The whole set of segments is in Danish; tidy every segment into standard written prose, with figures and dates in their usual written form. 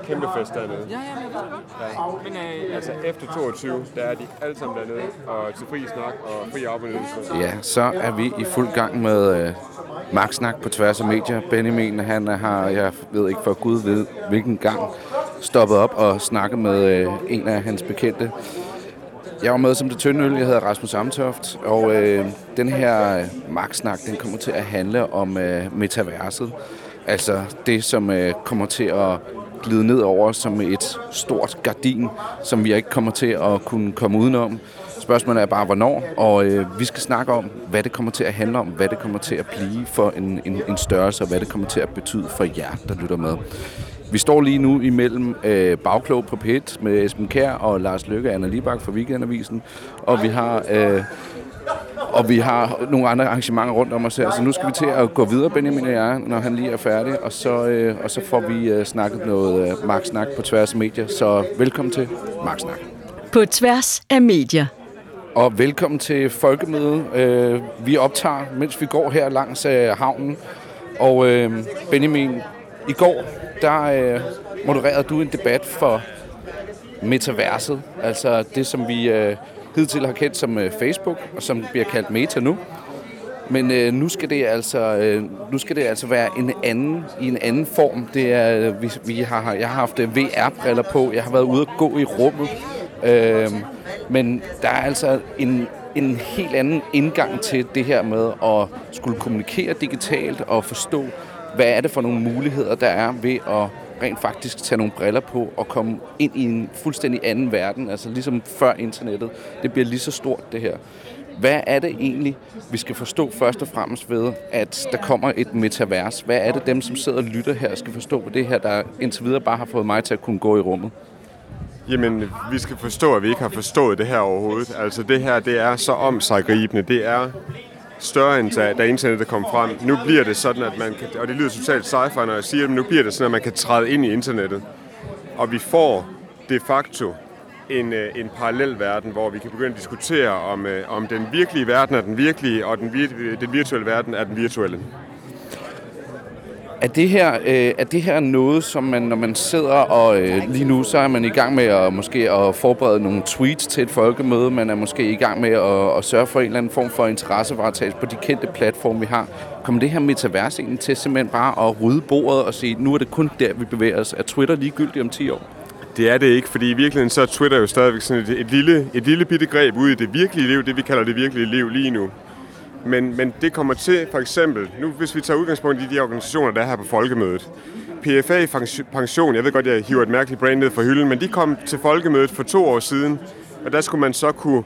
kæmpe fest dernede. Ja, jeg ved det godt. Ja. Men altså efter 22, der er de alle sammen dernede, og til fri snak og fri afbenyttelse. Ja, så er vi i fuld gang med Magtsnak på tværs af medier. Benjamin, han har, jeg ved ikke for Gud ved hvilken gang, stoppet op og snakket med en af hans bekendte. Jeg var med som det tynde øl, jeg hedder Rasmus Amtoft, og den her Magtsnak, den kommer til at handle om metaverset. Altså det, som kommer til at glide ned over som et stort gardin, som vi ikke kommer til at kunne komme udenom. Spørgsmålet er bare, hvornår, og vi skal snakke om, hvad det kommer til at handle om, hvad det kommer til at blive for en størrelse, og hvad det kommer til at betyde for jer, der lytter med. Vi står lige nu imellem Bagklog på P1 med Esben Kjær og Lars Løkke Anna Libak fra Weekendavisen, og vi har nogle andre arrangementer rundt om os her, så nu skal vi til at gå videre, Benjamin og jeg, når han lige er færdig, og så får vi snakket noget Magtsnak på tværs af medier, så velkommen til Magtsnak. På tværs af medier. Og velkommen til folkemødet. Vi optager, mens vi går her langs havnen, og Benjamin, i går, der modererede du en debat for metaverset, altså det, som vi hidtil har kendt som Facebook, og som bliver kaldt Meta nu. Men nu skal det altså være i en anden form. Det er, jeg har haft VR-briller på, jeg har været ude at gå i rummet, men der er altså en helt anden indgang til det her med at skulle kommunikere digitalt og forstå, hvad er det for nogle muligheder, der er ved at rent faktisk tage nogle briller på og komme ind i en fuldstændig anden verden, altså ligesom før internettet. Det bliver lige så stort, det her. Hvad er det egentlig, vi skal forstå først og fremmest ved, at der kommer et metavers? Hvad er det, dem, som sidder og lytter her, skal forstå på det her, der indtil videre bare har fået mig til at kunne gå i rummet? Jamen, vi skal forstå, at vi ikke har forstået det her overhovedet. Altså, det her, det er så omsiggribende. Det er større end da internettet kom frem. Nu bliver det sådan, at man kan, og det lyder totalt sci-fi, når jeg siger det, men nu bliver det sådan, at man kan træde ind i internettet. Og vi får de facto en parallel verden, hvor vi kan begynde at diskutere, om den virkelige verden er den virkelige, og den virtuelle verden er den virtuelle. Er det her noget, som man, når man sidder og lige nu, så er man i gang med at forberede nogle tweets til et folkemøde, man er måske i gang med at sørge for en eller anden form for interessevaretagelse på de kendte platforme, vi har. Kommer det her metavers egentlig til simpelthen bare at rydde bordet og sige, nu er det kun der, vi bevæger os? Er Twitter ligegyldigt om 10 år? Det er det ikke, fordi i virkeligheden så er Twitter jo stadigvæk sådan et lille bitte greb ude i det virkelige liv, det vi kalder det virkelige liv lige nu. Men det kommer til, for eksempel, nu hvis vi tager udgangspunkt i de organisationer, der er her på folkemødet. PFA Pension, jeg ved godt, jeg hiver et mærkeligt brand ned fra hylden, men de kom til folkemødet for 2 år siden, og der skulle man så kunne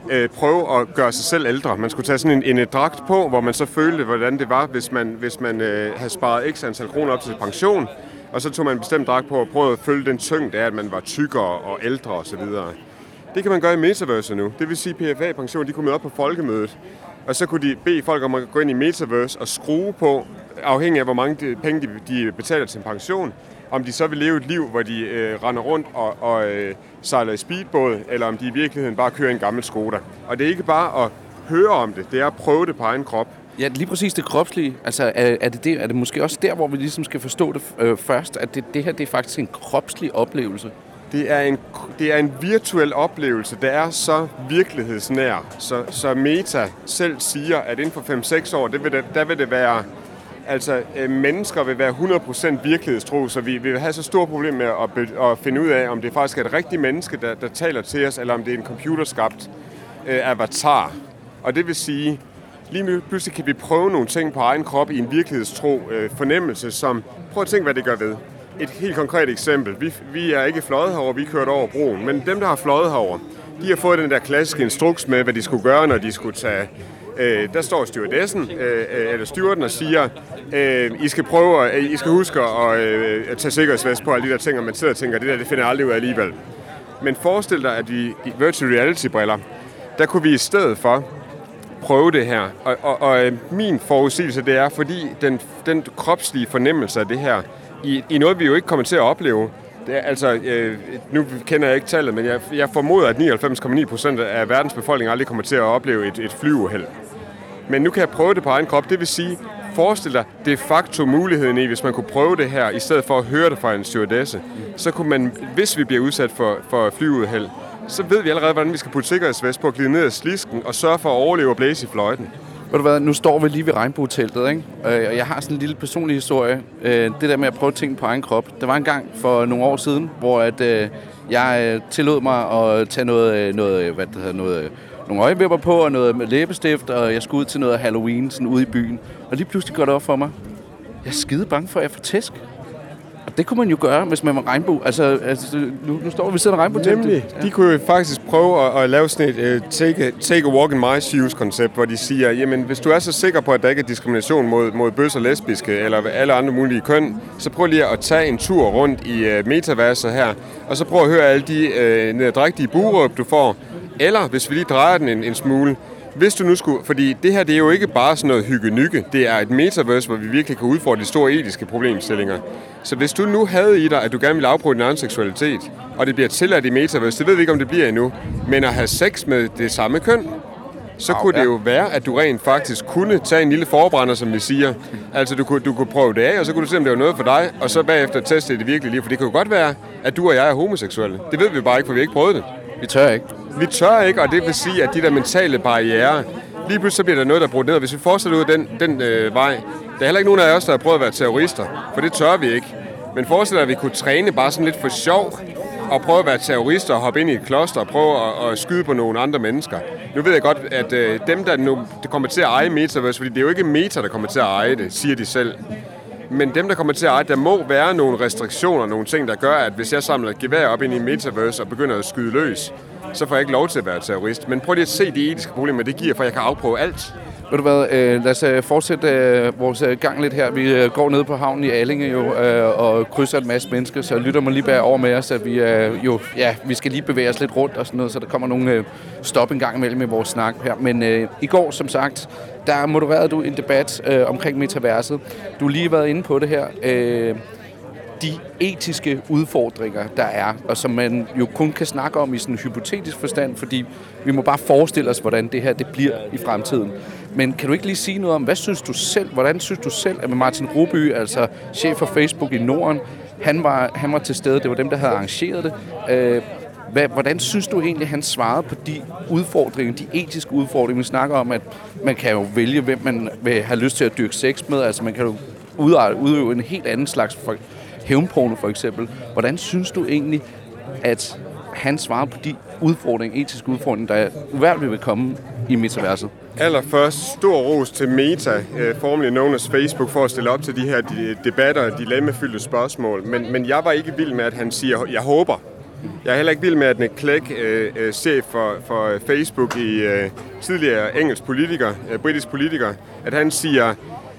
prøve at gøre sig selv ældre. Man skulle tage sådan en dragt på, hvor man så følte, hvordan det var, hvis man havde sparet x antal kroner op til pension, og så tog man en bestemt dragt på og prøvede at følge den tyngde af, at man var tykkere og ældre osv. Det kan man gøre i Metaverse nu. Det vil sige, at PFA Pension, de kunne møde op på folkemødet, og så kunne de bede folk om at gå ind i Metaverse og skrue på, afhængig af hvor mange penge de betaler til en pension, om de så vil leve et liv, hvor de render rundt og sejler i speedbåd, eller om de i virkeligheden bare kører en gammel Skoda. Og det er ikke bare at høre om det, det er at prøve det på egen krop. Ja, lige præcis det kropslige. Altså, er det måske også der, hvor vi ligesom skal forstå det først, at det her det er faktisk en kropslig oplevelse? Det er en virtuel oplevelse, der er så virkelighedsnær, så Meta selv siger, at inden for 5-6 år, der vil det være, altså mennesker vil være 100% virkelighedstro, så vi vil have så store problemer med at finde ud af, om det faktisk er et rigtigt menneske, der taler til os, eller om det er en computerskabt avatar. Og det vil sige, lige pludselig kan vi prøve nogle ting på egen krop i en virkelighedstro fornemmelse, som prøv at tænke, hvad det gør ved. Et helt konkret eksempel. Vi er ikke fløjet herover, vi kørte over broen, men dem, der har fløjet herover, de har fået den der klassiske instruks med, hvad de skulle gøre, når de skulle tage... der står stewardessen, eller stewarden, og siger, I skal huske at tage sikkerhedsvest på alle de der ting, og man sidder og tænker, det finder jeg aldrig ud af alligevel. Men forestil dig, at vi i virtual reality-briller, der kunne vi i stedet for prøve det her. Og min forudsigelse, det er, fordi den kropslige fornemmelse af det her, i noget, vi jo ikke kommer til at opleve. Det er, altså, nu kender jeg ikke tallet, men jeg formoder, at 99,9% af verdens befolkning aldrig kommer til at opleve et flyuheld. Men nu kan jeg prøve det på egen krop. Det vil sige, Forestil dig de facto muligheden i, hvis man kunne prøve det her, i stedet for at høre det fra en stewardesse, så kunne man, hvis vi bliver udsat for flyuheld, så ved vi allerede, hvordan vi skal putte sikkerhedsvest på at glide ned ad slisken og sørge for at overleve og blæse i fløjten. Ved du hvad, nu står vi lige ved regnbueteltet, ikke? Og jeg har sådan en lille personlig historie. Det der med at prøve ting på egen krop. Det var en gang for nogle år siden, hvor jeg tillod mig at tage nogle øjenvipper på og noget med læbestift, og jeg skulle ud til noget Halloween sådan ude i byen. Og lige pludselig går det op for mig. Jeg er skide bange for, at jeg får tæsk. Og det kunne man jo gøre, hvis man var regnbue. Altså nu står vi ved siden af regnbueteltet. Nemlig. De kunne jo faktisk prøve at lave sådan et take a walk in my shoes-koncept, hvor de siger, jamen hvis du er så sikker på, at der ikke er diskrimination mod bøs og lesbiske, eller alle andre mulige køn, så prøv lige at tage en tur rundt i metaverset her, og så prøv at høre alle de nederdrægtige bueråb, du får. Eller, hvis vi lige drejer den en smule, hvis du nu skulle, fordi det her, det er jo ikke bare sådan noget hygge-nygge, det er et metaverse, hvor vi virkelig kan udfordre de store etiske problemstillinger. Så hvis du nu havde i dig, at du gerne ville afprøve din egen seksualitet, og det bliver tilladt i metaverse, det ved vi ikke, om det bliver endnu, men at have sex med det samme køn, så kunne det jo være, at du rent faktisk kunne tage en lille forbrænder, som vi siger. Altså, du kunne prøve det af, og så kunne du se, om det var noget for dig, og så bagefter teste det virkelige liv. For det kan jo godt være, at du og jeg er homoseksuelle. Det ved vi bare ikke, for vi har ikke prøvet det. Vi tør ikke, og det vil sige, at de der mentale barrierer, lige pludselig så bliver der noget, der er brudt ned. Hvis vi fortsætter ud af den vej, der er heller ikke nogen af os, der har prøvet at være terrorister, for det tør vi ikke. Men forestil dig, at vi kunne træne bare sådan lidt for sjov, og prøve at være terrorister og hoppe ind i et kloster og prøve at skyde på nogle andre mennesker. Nu ved jeg godt, at dem, der nu kommer til at eje metaverse, fordi det er jo ikke Meta, der kommer til at eje det, siger de selv. Men dem, der kommer til at eje, der må være nogle restriktioner, nogle ting, der gør, at hvis jeg samler et gevær op ind i metaverse og begynder at skyde løs, så får jeg ikke lov til at være terrorist. Men prøv lige at se de etiske problemer, det giver, for jeg kan afprøve alt. Ved du hvad, lad os fortsætte vores gang lidt her. Vi går ned på havnen i Allinge jo, og krydser en masse mennesker, så lytter man lige bag over med os, at vi skal lige bevæge os lidt rundt og sådan noget, så der kommer nogle stop en gang imellem i vores snak her. Men i går, som sagt, der modererede du en debat omkring metaverset. Du har lige været inde på det her. De etiske udfordringer, der er, og som man jo kun kan snakke om i sådan en hypotetisk forstand, fordi vi må bare forestille os, hvordan det her det bliver i fremtiden. Men kan du ikke lige sige noget om, hvordan synes du selv, at med Martin Roby, altså chef for Facebook i Norden, han var til stede, det var dem, der havde arrangeret det. Hvordan synes du egentlig, han svarede på de udfordringer, de etiske udfordringer? Vi snakker om, at man kan jo vælge, hvem man vil have lyst til at dyrke sex med, altså man kan jo udøve en helt anden slags hævnporno for eksempel. Hvordan synes du egentlig, at han svarer på de etiske udfordringer, der uværligt vil komme i metaverset? Allerførst stor ros til Meta, formerly known as Facebook, for at stille op til de her debatter og dilemmafyldte spørgsmål. Men jeg var ikke vild med, at han siger, jeg håber. Jeg er heller ikke vild med, at Nick Clegg, chef for Facebook tidligere engelsk politiker, britisk politiker, at han siger,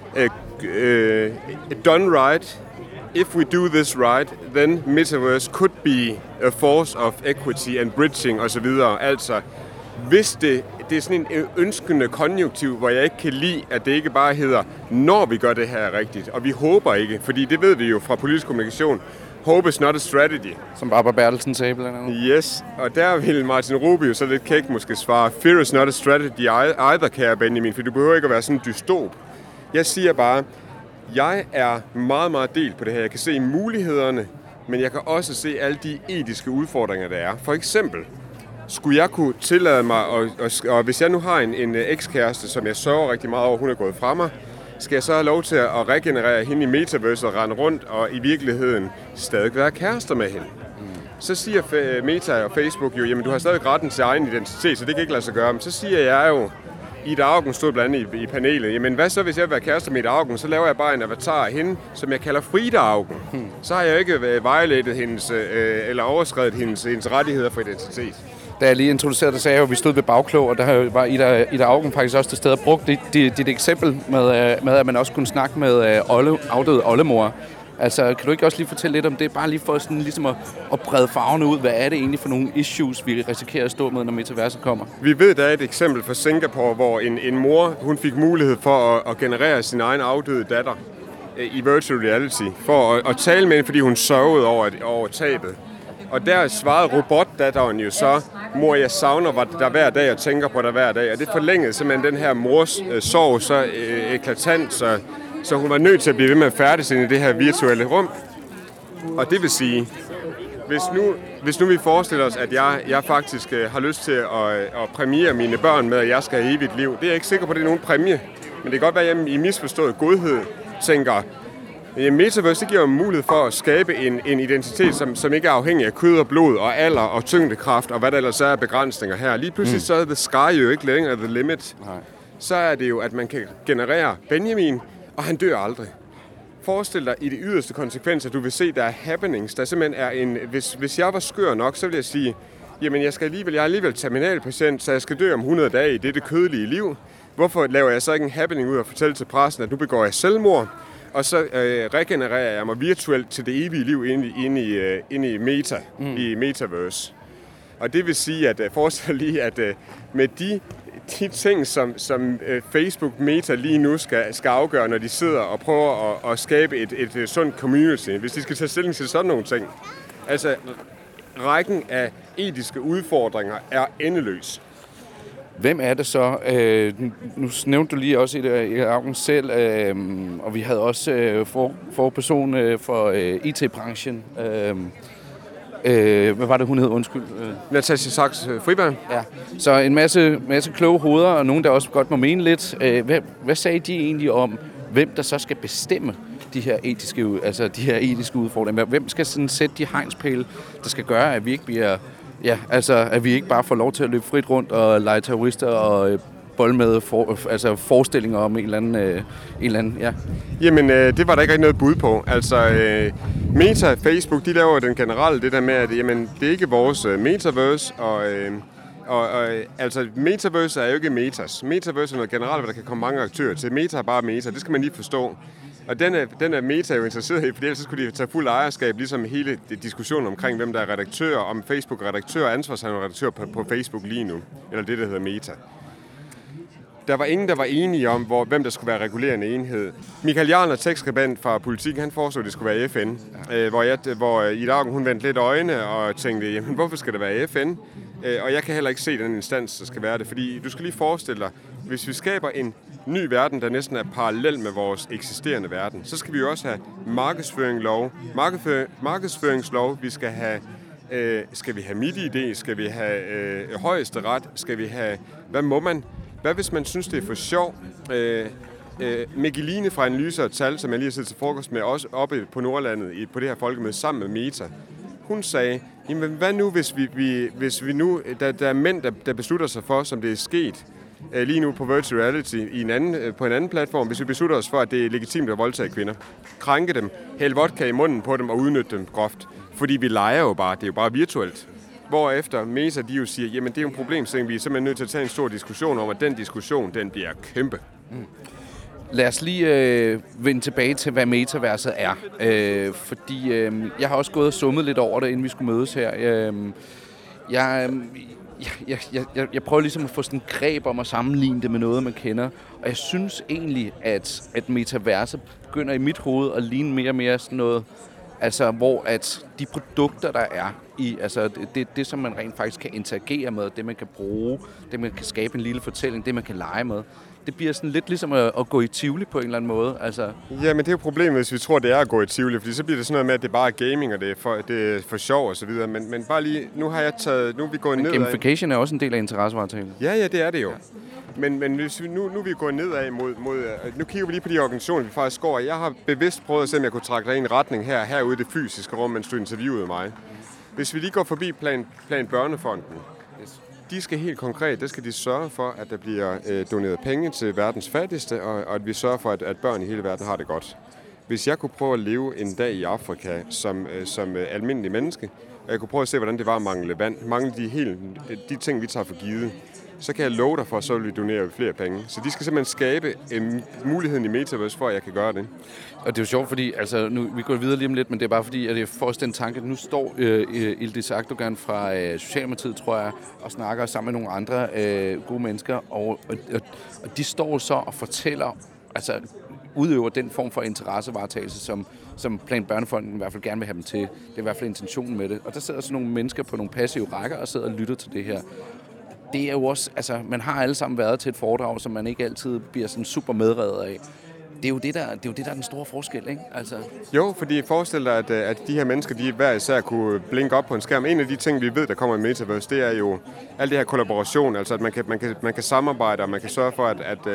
done right. If we do this right, then metaverse could be a force of equity and bridging osv. Altså, hvis det er sådan en ønskende konjunktiv, hvor jeg ikke kan lide, at det ikke bare hedder, når vi gør det her rigtigt, og vi håber ikke, fordi det ved vi jo fra politisk kommunikation, hope is not a strategy. Som Barbara Bertelsen sagde blandt andet. Yes, og der vil Martin Roby jo så lidt kægt måske svare, fear is not a strategy either, kære Benjamin, for du behøver ikke at være sådan en dystop. Jeg siger bare, jeg er meget, meget delt på det her. Jeg kan se mulighederne, men jeg kan også se alle de etiske udfordringer, der er. For eksempel, skulle jeg kunne tillade mig, og hvis jeg nu har en ekskæreste, som jeg sørger rigtig meget over, hun er gået fra mig, skal jeg så have lov til at regenerere hende i metaverset og rende rundt, og i virkeligheden stadig være kærester med hende. Så siger Meta og Facebook jo, jamen du har stadig retten til egen identitet, så det kan ikke lade sig gøre. Men så siger jeg jo, Ida Auken stod blandt andet i panelet. Jamen hvad så, hvis jeg vil være kærester med Ida Auken? Så laver jeg bare en avatar af hende, som jeg kalder Frida Auken. Så har jeg jo ikke violatet hendes, eller overskredet hendes rettigheder for identitet. Da jeg lige introducerede det, sagde jeg jo, at vi stod ved bagklog, og der var Ida Auken faktisk også til stede og brugte dit eksempel med, at man også kunne snakke med afdøde oldemor. Altså, kan du ikke også lige fortælle lidt om det? Bare lige for sådan, ligesom at brede farverne ud. Hvad er det egentlig for nogle issues, vi risikerer at stå med, når metaverset kommer? Vi ved, der er et eksempel fra Singapore, hvor en mor hun fik mulighed for at generere sin egen afdøde datter i virtual reality. For at tale med hende, fordi hun sørgede over tabet. Og der svarede robotdatteren jo så, mor, jeg savner dig hver dag og tænker på dig hver dag. Og det forlængede simpelthen den her mors sorg så eklatant, så Så hun var nødt til at blive ved med at færdes ind i det her virtuelle rum. Og det vil sige, hvis nu vi forestiller os, at jeg faktisk har lyst til at præmiere mine børn med, at jeg skal have evigt liv. Det er jeg ikke sikker på, at det er nogen præmie. Men det kan godt være, at jeg i misforstået godhed tænker, Metaverse, det giver jo mulighed for at skabe en identitet, som ikke er afhængig af kød og blod og alder og tyngdekraft og hvad der ellers er af begrænsninger her. Lige pludselig så er the sky jo ikke længere the limit. Nej. Så er det jo, at man kan generere Benjamin, og han dør aldrig. Forestil dig i de yderste konsekvenser, du vil se, der er happenings. Der simpelthen er hvis jeg var skør nok, så vil jeg sige, jamen jeg er alligevel terminalpatient, så jeg skal dø om 100 dage i dette kødelige liv. Hvorfor laver jeg så ikke en happening ud og fortælle til pressen, at nu begår jeg selvmord? Og så regenererer jeg mig virtuelt til det evige liv inde i Meta, i Metaverse. Og det vil sige, at forestil lige, at med de ting, som Facebook Meta lige nu skal afgøre, når de sidder og prøver at skabe et sundt community, hvis de skal tage stilling til sådan nogle ting. Altså, rækken af etiske udfordringer er endeløs. Hvem er det så? Nu nævnte du lige også i Augen selv, og vi havde også forperson for IT-branchen. Hvad var det, hun hed? Undskyld. Natasja Sachs Friberg. Ja. Så en masse kloge hoveder, og nogen, der også godt må mene lidt. Hvad sagde de egentlig om, hvem der så skal bestemme de her etiske udfordringer? Hvem skal sådan sætte de hegnspæle, der skal gøre, at vi ikke bliver... Ja, altså, at vi ikke bare får lov til at løbe frit rundt og lege terrorister og bold med forestillinger om en eller anden, ja. Jamen, det var der ikke rigtig noget bud på. Altså, Meta og Facebook, de laver den generelle det der med, at jamen, det er ikke vores metaverse, og altså, metaverse er jo ikke metas. Metaverse er noget generelt, hvor der kan komme mange aktører til. Meta er bare meta, det skal man lige forstå. Og den er Meta jo interesseret i, for ellers så skulle de tage fuld ejerskab, ligesom hele diskussionen omkring, hvem der er redaktør, om Facebook er redaktør og ansvarshavende redaktør på Facebook lige nu, eller det, der hedder Meta. Der var ingen, der var enige om, hvem der skulle være regulerende enhed. Michael Jarlner, tekstskribent fra Politik, han foreslog, at det skulle være FN, hvor i dag hun vendte lidt øjne og tænkte, jamen hvorfor skal det være FN? Og jeg kan heller ikke se den instans, der skal være det, fordi du skal lige forestille dig, hvis vi skaber en ny verden, der næsten er parallel med vores eksisterende verden, så skal vi jo også have markedsføringslov, vi skal have MitID, skal vi have højesteret, skal vi have, hvad hvis man synes, det er for sjov? Mikkeline fra Analyse og Tal, som jeg lige har siddet til frokost med, også oppe på Nordlandet på det her folkemøde sammen med Meta, hun sagde, jamen hvad nu, hvis vi nu, der er mænd, der beslutter sig for, som det er sket lige nu på virtual reality på en anden platform, hvis vi beslutter os for, at det er legitimt at voldtage kvinder, krænke dem, hælde vodka i munden på dem og udnytte dem groft. Fordi vi leger jo bare, det er jo bare virtuelt. Hvorefter Meta, de jo siger, jamen det er jo en problemstilling, vi er simpelthen nødt til at tage en stor diskussion om, og den diskussion, den bliver kæmpe. Lad os lige vende tilbage til, hvad metaverset er. Fordi jeg har også gået og summet lidt over det, inden vi skulle mødes her. Jeg prøver ligesom at få sådan en greb om at sammenligne det med noget, man kender. Og jeg synes egentlig, at metaverset begynder i mit hoved at ligne mere og mere sådan noget, altså hvor at de produkter, der er i, altså det som man rent faktisk kan interagere med, det man kan bruge, det man kan skabe en lille fortælling, det man kan lege med, det bliver sådan lidt ligesom at gå i Tivoli på en eller anden måde. Altså. Ja, men det er jo problemet, hvis vi tror, det er at gå i Tivoli, fordi så bliver det sådan noget med, at det bare er gaming, og det er for sjov og så videre. Men bare lige, nu er vi gået nedad. Gamification er også en del af interessevaretagelsen. Ja, det er det jo. Ja. Men hvis vi, nu er vi gået nedad mod... Nu kigger vi lige på de organisationer, vi faktisk går. Jeg har bevidst prøvet at se, om jeg kunne trække dig i en retning herude i det fysiske rum, mens du interviewede mig. Hvis vi lige går forbi Plan Børnefonden, de skal helt konkret, der skal de sørge for, at der bliver doneret penge til verdens fattigste, og at vi sørger for, at børn i hele verden har det godt. Hvis jeg kunne prøve at leve en dag i Afrika som almindelig menneske, og jeg kunne prøve at se, hvordan det var at mangle vand, mangle de ting, vi tager for givet, så kan jeg love dig for, så vil vi donere flere penge. Så de skal simpelthen skabe muligheden i Metaverse, for at jeg kan gøre det. Og det er jo sjovt, fordi altså, nu, vi går videre lige om lidt, men det er bare fordi, at jeg får også den tanke, at nu står Yildiz Akdogan fra Socialdemokratiet, tror jeg, og snakker sammen med nogle andre gode mennesker, og de står så og fortæller, altså udøver den form for interessevaretagelse, som Plan Børnefonden i hvert fald gerne vil have dem til. Det er i hvert fald intentionen med det. Og der sidder sådan nogle mennesker på nogle passive rækker og sidder og lytter til det her. Det er jo også, altså man har alle sammen været til et foredrag, som man ikke altid bliver sådan super medredet af. det er jo det, der er den store forskel, ikke? Altså. Jo, fordi forestil dig, at de her mennesker, de hver især kunne blinke op på en skærm. En af de ting, vi ved, der kommer i Metaverse, det er jo al det her kollaboration, altså at man kan samarbejde, og man kan sørge for,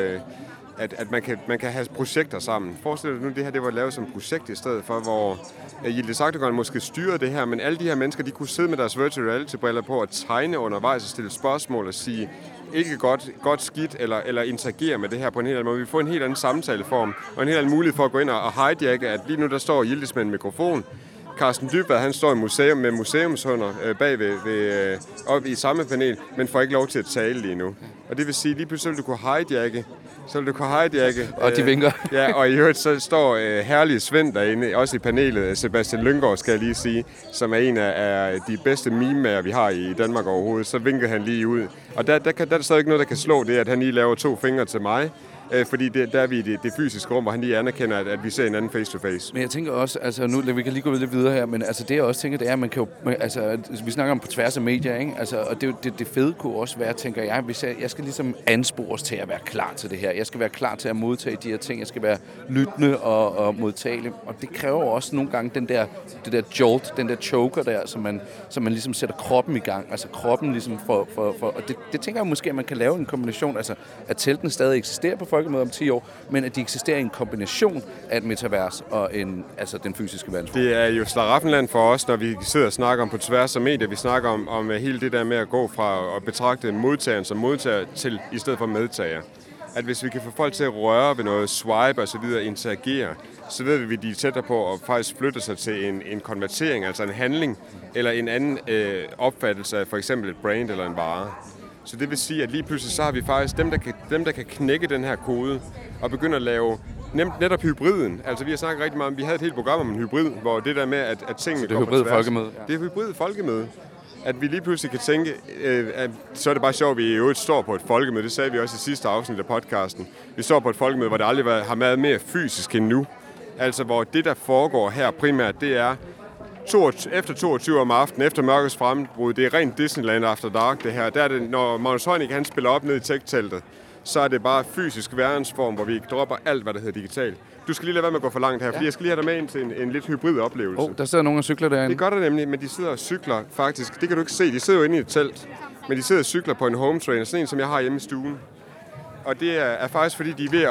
at man kan have projekter sammen. Forestil dig nu, det her det var lavet som projekt i stedet for, hvor Yildiz Akdogan måske styrede det her, men alle de her mennesker, de kunne sidde med deres virtual reality-briller på og tegne undervejs og stille spørgsmål og sige, ikke godt skidt, eller interagere med det her på en helt anden måde. Vi får en helt anden samtaleform, og en helt anden mulighed for at gå ind og hijacke, at lige nu der står Yildiz med en mikrofon. Carsten Dybvad, han står i museum med museumshunder oppe i samme panel, men får ikke lov til at tale lige nu. Og det vil sige, lige pludselig vil du kunne hijacke. Og de vinker. Ja, og i øvrigt så står herlige Svend derinde, også i panelet, Sebastian Lynggaard, skal jeg lige sige, som er en af de bedste mimemager, vi har i Danmark overhovedet. Så vinker han lige ud. Og der er stadig ikke noget, der kan slå det, at han lige laver 2 fingre til mig. Fordi der er vi i det fysiske rum, hvor han lige anerkender, at vi ser hinanden face to face. Men jeg tænker også, altså nu vi kan lige gå lidt videre her, men altså det jeg også tænker, det er, at man kan jo, altså vi snakker om på tværs af medier, ikke? Altså, og det fede kunne også være, tænker jeg, hvis jeg skal ligesom anspores til at være klar til det her. Jeg skal være klar til at modtage de her ting. Jeg skal være lyttende og modtagelig. Og det kræver også nogle gange det der jolt, den der choker der, som man ligesom sætter kroppen i gang. Altså kroppen ligesom og det tænker jeg måske, at man kan lave en kombination, altså at teltene stadig eksisterer på Folkemødet om 10 år, men at de eksisterer i en kombination af et metavers og den fysiske verdensform. Det er jo slaraffenland for os, når vi sidder og snakker om på tværs af medier. Vi snakker om hele det der med at gå fra at betragte modtageren som modtager til i stedet for medtager. At hvis vi kan få folk til at røre ved noget, swipe og så videre, interagere, så ved vi, at de er tættere på at faktisk flytte sig til en konvertering, altså en handling, eller en anden opfattelse af for eksempel et brand eller en vare. Så det vil sige, at lige pludselig så har vi faktisk dem, der kan knække den her kode og begynde at lave netop hybriden. Altså vi har snakket rigtig meget om, vi havde et helt program om en hybrid, hvor det der med, at tingene går på tværs. Det er folkemøde. Ja. Det er hybrid folkemøde. At vi lige pludselig kan tænke, så er det bare sjovt, at vi i øvrigt står på et folkemøde. Det sagde vi også i sidste afsnit af podcasten. Vi står på et folkemøde, hvor det aldrig har været mere fysisk end nu. Altså hvor det, der foregår her primært, det er efter 22 om aftenen, efter mørkets frembrud, det er rent Disneyland After Dark, det her. Der er det, når Magnus Heunicke, han spiller op ned i tech-teltet, så er det bare fysisk verdensform, hvor vi dropper alt, hvad der hedder digitalt. Du skal lige lade være med at gå for langt her, fordi jeg skal lige have dig med ind til en lidt hybrid oplevelse. Der sidder nogen og cykler derinde. Det gør der nemlig, men de sidder og cykler faktisk. Det kan du ikke se, de sidder jo inde i et telt, men de sidder og cykler på en home trainer, sådan en, som jeg har hjemme i stuen. Og det er faktisk, fordi de er ved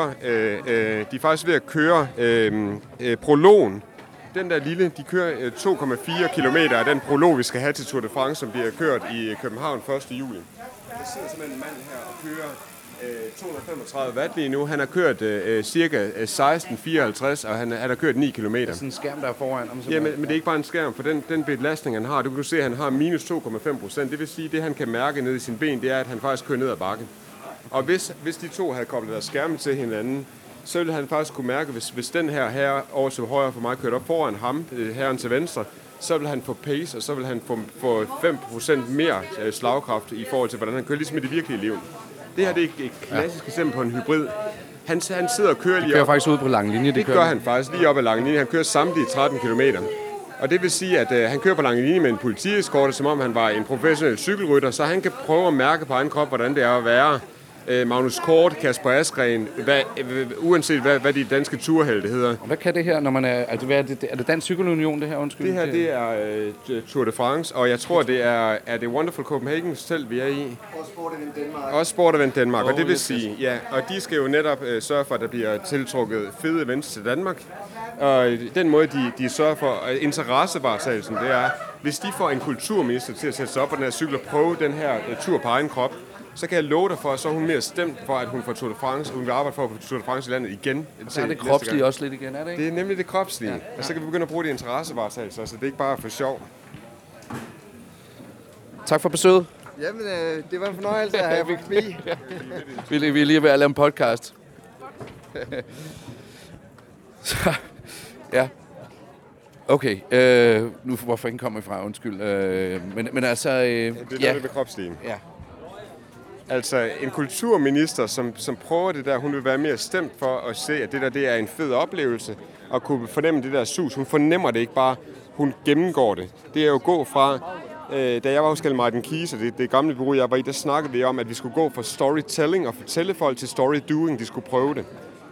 at køre, prologen. Den der lille, de kører 2,4 kilometer af den prolog, vi skal have til Tour de France, som bliver kørt i København 1. juli. Der sidder simpelthen en mand her og kører 235 watt lige nu. Han har kørt cirka 16,54, og han har kørt 9 kilometer. Det er sådan en skærm, der er foran. Ja, men det er ikke bare en skærm, for den belastning, han har, du kan se, at han har minus 2,5%. Det vil sige, at det, han kan mærke ned i sin ben, det er, at han faktisk kører ned ad bakken. Og hvis de to havde koblet deres skærme til hinanden, så ville han faktisk kunne mærke, hvis den her herre over til højre for mig kørt op foran ham, herren til venstre, så vil han få pace, og så vil han få 5% mere slagkraft i forhold til, hvordan han kører, ligesom i det virkelige liv. Det her det er et klassisk eksempel på en hybrid. Han sidder og kører lige op. Det kører faktisk ud på lang linje. Det gør han faktisk lige op ad lang linje. Han kører samtidig 13 kilometer. Og det vil sige, at han kører på lang linje med en politieskorte, som om han var en professionel cykelrytter, så han kan prøve at mærke på egen krop, hvordan det er at være Magnus Kort, Kasper Asgreen, uanset hvad de danske turhelte hedder. Og hvad kan det her, når man er... Altså, er det Dansk Cykelunion, det her? Undskyld. Det her, det er Tour de France, og jeg tror, det er det Wonderful Copenhagen selv, vi er i. Også Sport Event Danmark, og det vil sige, ja, og de skal jo netop sørge for, at der bliver tiltrukket fede events til Danmark. Og den måde, de sørger for interessevaretagelsen, det er, hvis de får en kulturminister til at sætte sig op på den her cykel og prøve den her tur på egen krop, så kan jeg love dig for, at så er hun mere stemt for, at hun får Tour de France, og hun vil arbejde for at få Tour de France i landet igen. Så er det kropslige også lidt igen, er det ikke? Det er nemlig det kropslige. Ja. Og så kan vi begynde at bruge det interessevaretagelser, så det er ikke bare for sjov. Tak for besøget. Jamen, det var en fornøjelse at have forbi. Vi er lige ved at lave en podcast. Så, ja. Okay, nu hvorfor ikke kommer fra, undskyld. Men altså... det er noget ved kropsligen. Ja. Altså en kulturminister, som prøver det der, hun vil være mere stemt for at se, at det er en fed oplevelse, og kunne fornemme det der sus. Hun fornemmer det ikke bare, hun gennemgår det. Det er jo gå fra, da jeg var hos Martin Kies, og det gamle bureau, jeg var i, der snakkede vi om, at vi skulle gå fra storytelling og fortælle folk til storydoing, de skulle prøve det.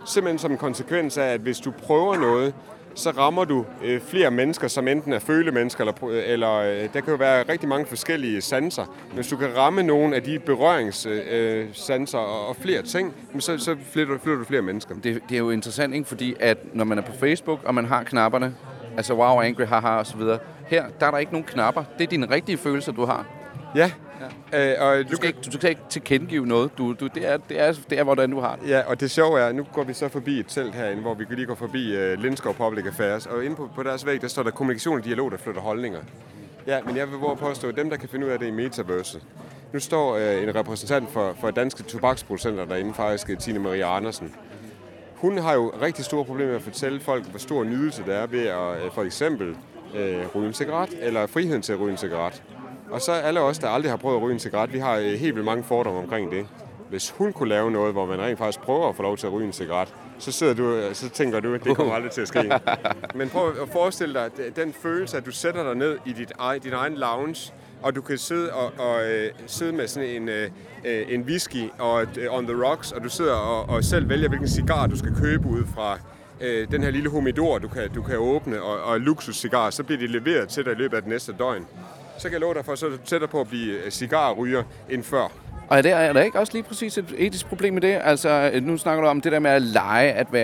Simpelthen som en konsekvens af, at hvis du prøver noget, så rammer du flere mennesker, som enten er følemennesker, eller der kan jo være rigtig mange forskellige sanser. Hvis du kan ramme nogle af de berøringssanser og flere ting, så flytter du flere mennesker. Det er jo interessant, ikke? Fordi at når man er på Facebook, og man har knapperne, altså wow, angry, haha og så videre, her der er der ikke nogen knapper. Det er dine rigtige følelser, du har. Ja. Og du skal ikke tilkendegive noget. Det er, hvordan du har det. Ja, og det sjove er, nu går vi så forbi et telt herinde, hvor vi lige går forbi Lindskov Public Affairs, og inde på deres væg, der står der kommunikation og dialog, der flytter holdninger. Ja, men jeg vil våge påstå, at dem, der kan finde ud af det i metaverset. Nu står en repræsentant for danske tobaksproducenter derinde, faktisk Tine Marie Andersen. Hun har jo rigtig store problemer med at fortælle folk, hvor stor nydelse det er ved at for eksempel ryge en cigaret, eller friheden til at ryge en cigaret. Og så alle os, der aldrig har prøvet at ryge en cigaret, vi har helt vildt mange fordomme omkring det. Hvis hun kunne lave noget, hvor man rent faktisk prøver at få lov til at ryge en cigaret, så tænker du, at det kommer aldrig til at ske. Men prøv at forestille dig den følelse, at du sætter dig ned i din egen lounge, og du kan sidde med sådan en whisky og on the rocks, og du sidder og selv vælger, hvilken cigar du skal købe ud fra den her lille humidor, du kan åbne, og luksuscigar, så bliver de leveret til dig i løbet af det næste døgn. Så kan jeg love dig for, så er du tættere på at blive cigarryger end før. Og er der ikke også lige præcis et etisk problem med det? Altså, nu snakker du om det der med at lege, at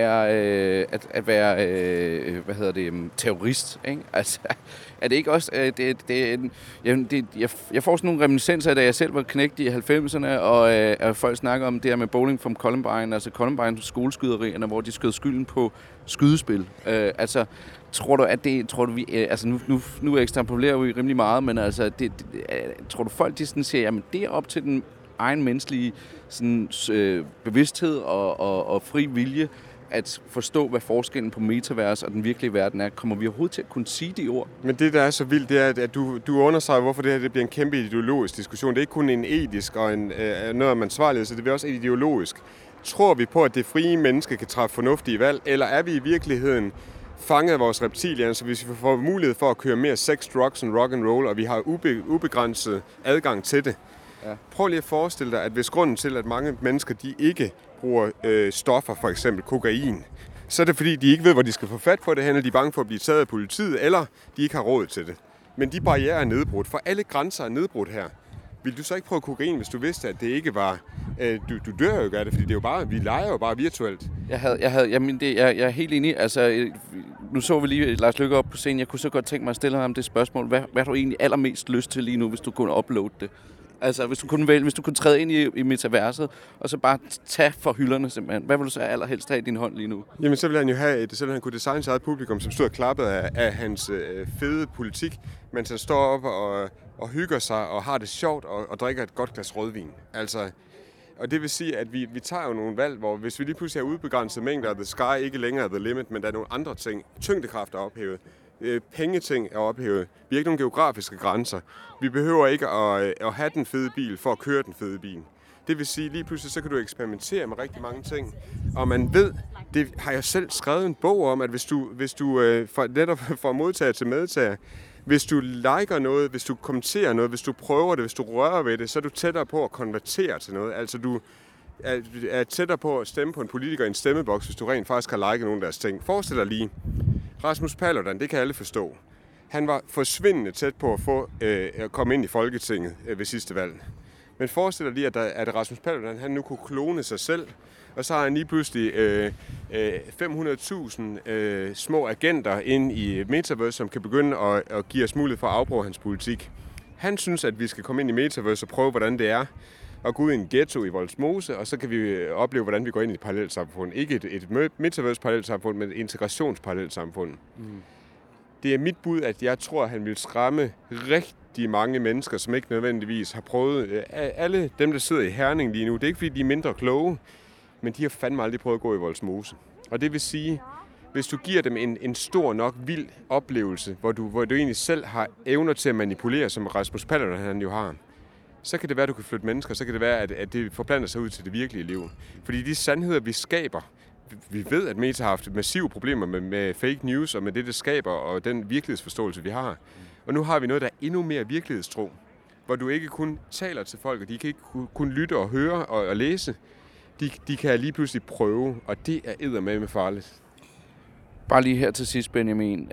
være terrorist, ikke? Altså, er det ikke også... Jeg får sådan nogle reminiscenser af, da jeg selv var knægt i 90'erne, og folk snakker om det her med Bowling from Columbine, altså Columbine skoleskyderierne, hvor de skød skylden på skydespil. Tror du nu ekstrapolerer vi rimelig meget, men altså, tror du folk, de sådan siger, jamen det er op til den egen menneskelige sådan, bevidsthed og fri vilje, at forstå, hvad forskellen på metavers og den virkelige verden er. Kommer vi overhovedet til at kunne sige de ord? Men det, der er så vildt, det er, at du understreger, hvorfor det her det bliver en kæmpe ideologisk diskussion. Det er ikke kun en etisk og noget om ansvarlighed, så det bliver også ideologisk. Tror vi på, at det frie menneske kan træffe fornuftige valg, eller er vi i virkeligheden fanget af vores reptilier, så hvis vi får mulighed for at køre mere sex, drugs og rock and roll, og vi har ubegrænset adgang til det. Ja. Prøv lige at forestille dig, at hvis grunden til, at mange mennesker de ikke bruger stoffer, for eksempel kokain, så er det fordi, de ikke ved, hvor de skal få fat på det hen, eller de er bange for at blive taget af politiet, eller de ikke har råd til det. Men de barrierer er nedbrudt, for alle grænser er nedbrudt her. Vil du så ikke prøve kokain, hvis du vidste, at det ikke var... Du dør jo ikke af det, fordi det er jo bare, vi leger jo bare virtuelt. Jeg er helt enig. Altså, nu så vi lige Lars Løkke op på scenen. Jeg kunne så godt tænke mig at stille ham det spørgsmål. Hvad har du egentlig allermest lyst til lige nu, hvis du kunne uploade det? Altså, hvis du kunne træde ind i metaverset, og så bare tage for hylderne simpelthen. Hvad vil du så allerhelst have i din hånd lige nu? Jamen, så vil han jo have han kunne designe sit eget publikum, som stod og klappede af hans fede politik, mens han står op og hygger sig og har det sjovt og drikker et godt glas rødvin. Altså, og det vil sige, at vi tager jo nogle valg, hvor hvis vi lige pludselig har udbegrænset mængder, the sky ikke længere er the limit, men der er nogle andre ting. Tyngdekraft er ophævet. Pengeting er ophævet. Vi har ikke nogen geografiske grænser. Vi behøver ikke at have den fede bil for at køre den fede bil. Det vil sige, lige pludselig så kan du eksperimentere med rigtig mange ting. Og man ved, det har jeg selv skrevet en bog om, at hvis du netop får modtager til medtager, hvis du liker noget, hvis du kommenterer noget, hvis du prøver det, hvis du rører ved det, så er du tættere på at konvertere til noget. Altså du er tættere på at stemme på en politiker i en stemmeboks, hvis du rent faktisk har liket nogle af deres ting. Forestil dig lige, Rasmus Paludan, det kan alle forstå. Han var forsvindende tæt på at komme ind i Folketinget ved sidste valg. Men forestil dig lige, at Rasmus Paludan han nu kunne klone sig selv, og så har han lige pludselig 500.000 små agenter ind i Metaverse, som kan begynde at give os mulighed for at afprøve hans politik. Han synes, at vi skal komme ind i Metaverse og prøve, hvordan det er at gå ud i en ghetto i Vollsmose, og så kan vi opleve, hvordan vi går ind i et parallelsamfund. Ikke et Metaverse-parallelsamfund, men et integrationsparallelsamfund. Mm. Det er mit bud, at jeg tror, at han vil skræmme rigtig mange mennesker, som ikke nødvendigvis har prøvet. Alle dem, der sidder i Herning lige nu, det er ikke fordi, de er mindre kloge, men de har fandme aldrig prøvet at gå i Vollsmose. Og det vil sige, hvis du giver dem en stor nok vild oplevelse, hvor du egentlig selv har evner til at manipulere, som Rasmus Paludan han jo har, så kan det være, at du kan flytte mennesker, så kan det være, at det forplanter sig ud til det virkelige liv. Fordi de sandheder, vi skaber, vi ved, at Meta har haft massive problemer med fake news, og med det skaber, og den virkelighedsforståelse, vi har. Og nu har vi noget, der er endnu mere virkelighedstro, hvor du ikke kun taler til folk, og de kan ikke kun lytte og høre og læse. de kan lige pludselig prøve, og det er eddermame farligt. Bare lige her til sidst, Benjamin.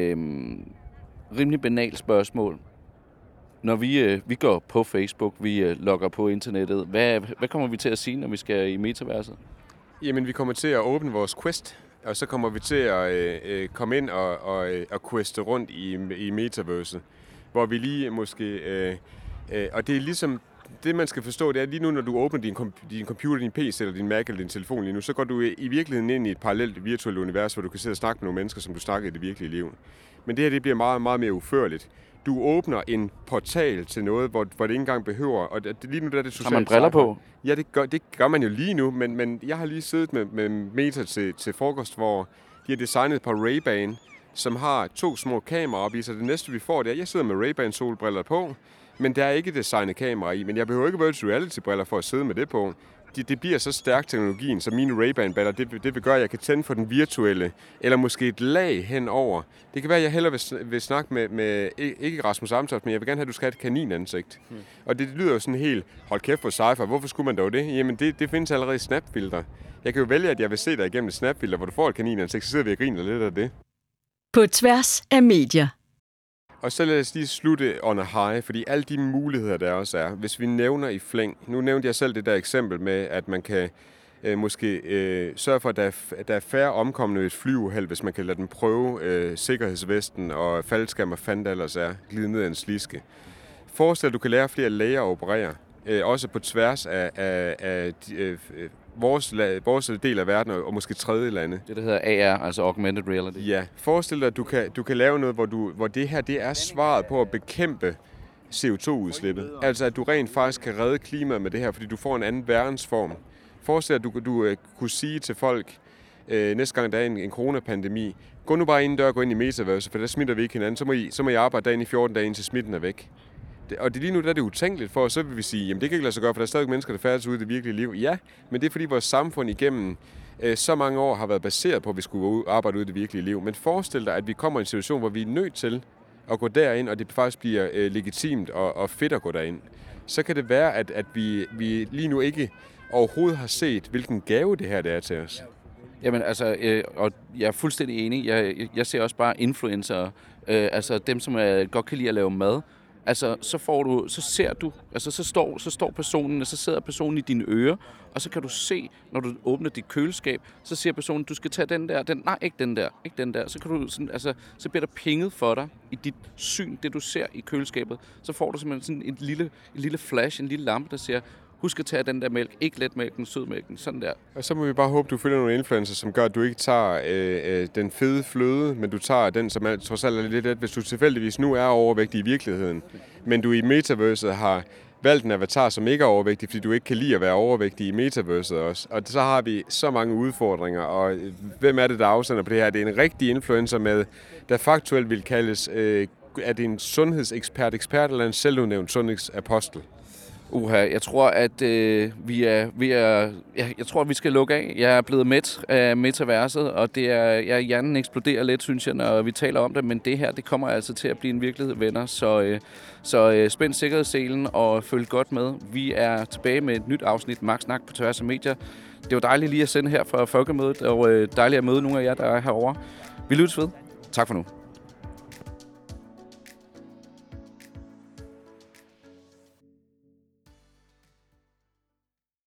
Rimelig banalt spørgsmål. Når vi går på Facebook, vi logger på internettet, hvad kommer vi til at sige, når vi skal i metaverset? Jamen, vi kommer til at åbne vores Quest, og så kommer vi til at komme ind og queste rundt i metaverset, hvor vi lige måske... og det er ligesom... Det, man skal forstå, det er lige nu, når du åbner din computer, din PC eller din Mac eller din telefon lige nu, så går du i virkeligheden ind i et parallelt virtuelt univers, hvor du kan sidde og snakke med nogle mennesker, som du snakker i det virkelige liv. Men det her, det bliver meget, meget mere uførligt. Du åbner en portal til noget, hvor det ikke engang behøver, og lige nu der er det socialt. Har man briller på? Ja, det gør man jo lige nu, men jeg har lige siddet med Meta til frokost, hvor de har designet et par Ray-Ban, som har 2 små kameraer op i, så det næste vi får, det er, jeg sidder med Ray-Ban solbriller på, men der er ikke designet kamera i, men jeg behøver ikke virtual reality-briller for at sidde med det på. Det bliver så stærk teknologien, så mine Ray-Ban-briller, det vil gøre, at jeg kan tænde for den virtuelle, eller måske et lag henover. Det kan være, at jeg hellere vil snakke med ikke Rasmus Amtoft, men jeg vil gerne have, at du skal have et kaninansigt. Og det lyder jo sådan helt, hold kæft for sci-fi, hvorfor skulle man dog det? Jamen det findes allerede i snapfilter. Jeg kan jo vælge, at jeg vil se dig igennem et snapfilter, hvor du får et kaninansigt, så sidder vi og griner lidt af det. På tværs af medier. Og så lad os lige slutte on a high, fordi alle de muligheder, der også er. Hvis vi nævner i flæng, nu nævnte jeg selv det der eksempel med, at man kan måske sørge for, at der er færre omkomne i et flyuheld, hvis man kan lade dem prøve sikkerhedsvesten og faldskærm og fandt ellers er, glide ned ad en sliske. Forestil dig, at du kan lære flere læger at operere, også på tværs af vores del af verden og måske tredje lande. Det, der hedder AR, altså Augmented Reality. Ja, forestil dig, at du kan lave noget, hvor det her det er svaret på at bekæmpe CO2-udslippet. Altså, at du rent faktisk kan redde klimaet med det her, fordi du får en anden verdensform. Forestil dig, at du kunne sige til folk, næste gang der er en coronapandemi, gå nu bare ind dør og gå ind i metaverse, for der smitter vi ikke hinanden. Så må I arbejde dagen i 14 dage, indtil smitten er væk. Og det lige nu der er det utænkeligt for, så vil vi sige, jamen det kan ikke lade sig gøre, for der er stadig mennesker, der færdes ude i det virkelige liv. Ja, men det er fordi vores samfund igennem så mange år har været baseret på, at vi skulle arbejde ude i det virkelige liv. Men forestil dig, at vi kommer i en situation, hvor vi er nødt til at gå derind, og det faktisk bliver legitimt og fedt at gå derind. Så kan det være, at vi lige nu ikke overhovedet har set, hvilken gave det her det er til os. Jamen altså, og jeg er fuldstændig enig. Jeg ser også bare influencer, altså dem, som godt kan lide at lave mad. Altså, så står personen, så sidder personen i dine ører, og så kan du se, når du åbner dit køleskab, så siger personen, du skal tage den der, nej, ikke den der. Så kan du sådan, altså, så bliver der pinget for dig i dit syn, det du ser i køleskabet. Så får du simpelthen sådan en lille flash, en lille lampe, der siger, husk at tage den der mælk, ikke letmælken, sødmælken, sådan der. Og så må vi bare håbe, du følger nogle influencer, som gør, at du ikke tager den fede fløde, men du tager den, som er trods alt lidt let, hvis du tilfældigvis nu er overvægtig i virkeligheden. Men du i metaverset har valgt en avatar, som ikke er overvægtig, fordi du ikke kan lide at være overvægtig i metaverset også. Og så har vi så mange udfordringer, og hvem er det, der afsender på det her? Det er en rigtig influencer der faktuelt vil kaldes, er det en sundhedsekspert eller en selvudnævnt sundhedsapostel? Jeg tror, at jeg tror, at vi skal lukke af. Jeg er blevet mæt af metaverset, og hjernen eksploderer lidt, synes jeg, når vi taler om det. Men det her, det kommer altså til at blive en virkelighed, venner. Så spænd sikkerhedsselen og følg godt med. Vi er tilbage med et nyt afsnit, Max Snak på tværs af medier. Det var dejligt lige at sende her fra Folkemødet, og dejligt at møde nogle af jer, der er herovre. Vi lyttes ved. Tak for nu.